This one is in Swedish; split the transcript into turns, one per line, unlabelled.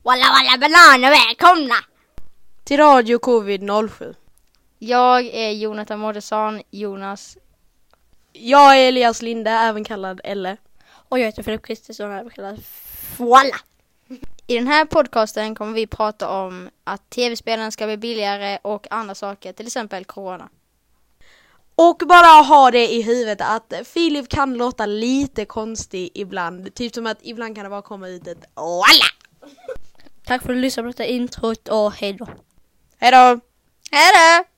Walla walla bananer, välkomna!
Till Radio Covid-07.
Jag är Jonathan Mårtensson, Jonas.
Jag är Elias Linde, även kallad Elle.
Och jag heter Filip Kristersson, även kallad Walla.
I den här podcasten kommer vi prata om att tv-spelen ska bli billigare och andra saker, till exempel corona.
Och bara ha det i huvudet att Filip kan låta lite konstig ibland. Typ som att ibland kan det bara komma ut ett Walla!
Tack för att du lyssnade på detta introt och hej då.
Hej då!
Hej då!